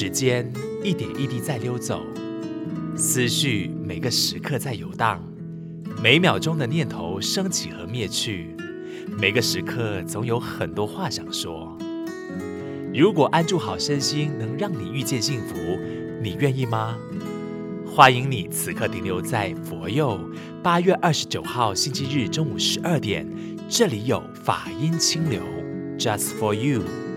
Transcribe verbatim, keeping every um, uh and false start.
时间一点一滴在溜走，思绪每个时刻在游荡，每秒钟的念头升起和灭去，每个时刻总有很多话想说。如果安住好身心能让你遇见幸福，你愿意吗？欢迎你此刻停留在佛佑，八月二十九号星期日中午十二点，这里有法音清流 Just for you。